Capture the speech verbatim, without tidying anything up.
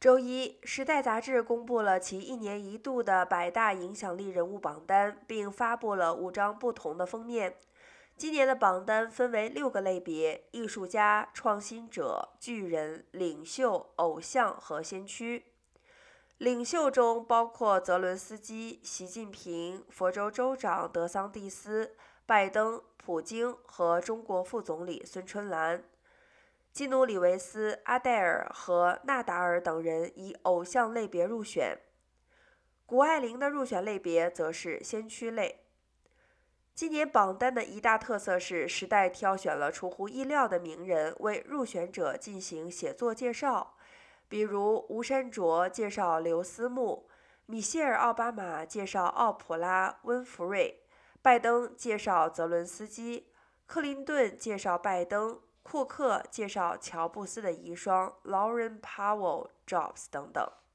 周一，《时代》杂志公布了其一年一度的百大影响力人物榜单，并发布了五张不同的封面。今年的榜单分为六个类别：艺术家、创新者、巨人、领袖、偶像和先驱。领袖中包括泽伦斯基、习近平、佛州州长德桑蒂斯、拜登、普京和中国副总理孙春兰。基努里维斯、阿黛尔和纳达尔等人以偶像类别入选，谷爱凌的入选类别则是先驱类。今年榜单的一大特色是，《时代》挑选了出乎意料的名人为入选者进行写作介绍，比如吴珊卓介绍刘思慕，米歇尔·奥巴马介绍奥普拉·温弗瑞，拜登介绍泽伦斯基，克林顿介绍拜登，库克介绍乔布斯的遗孀 Lauren Powell Jobs 等等。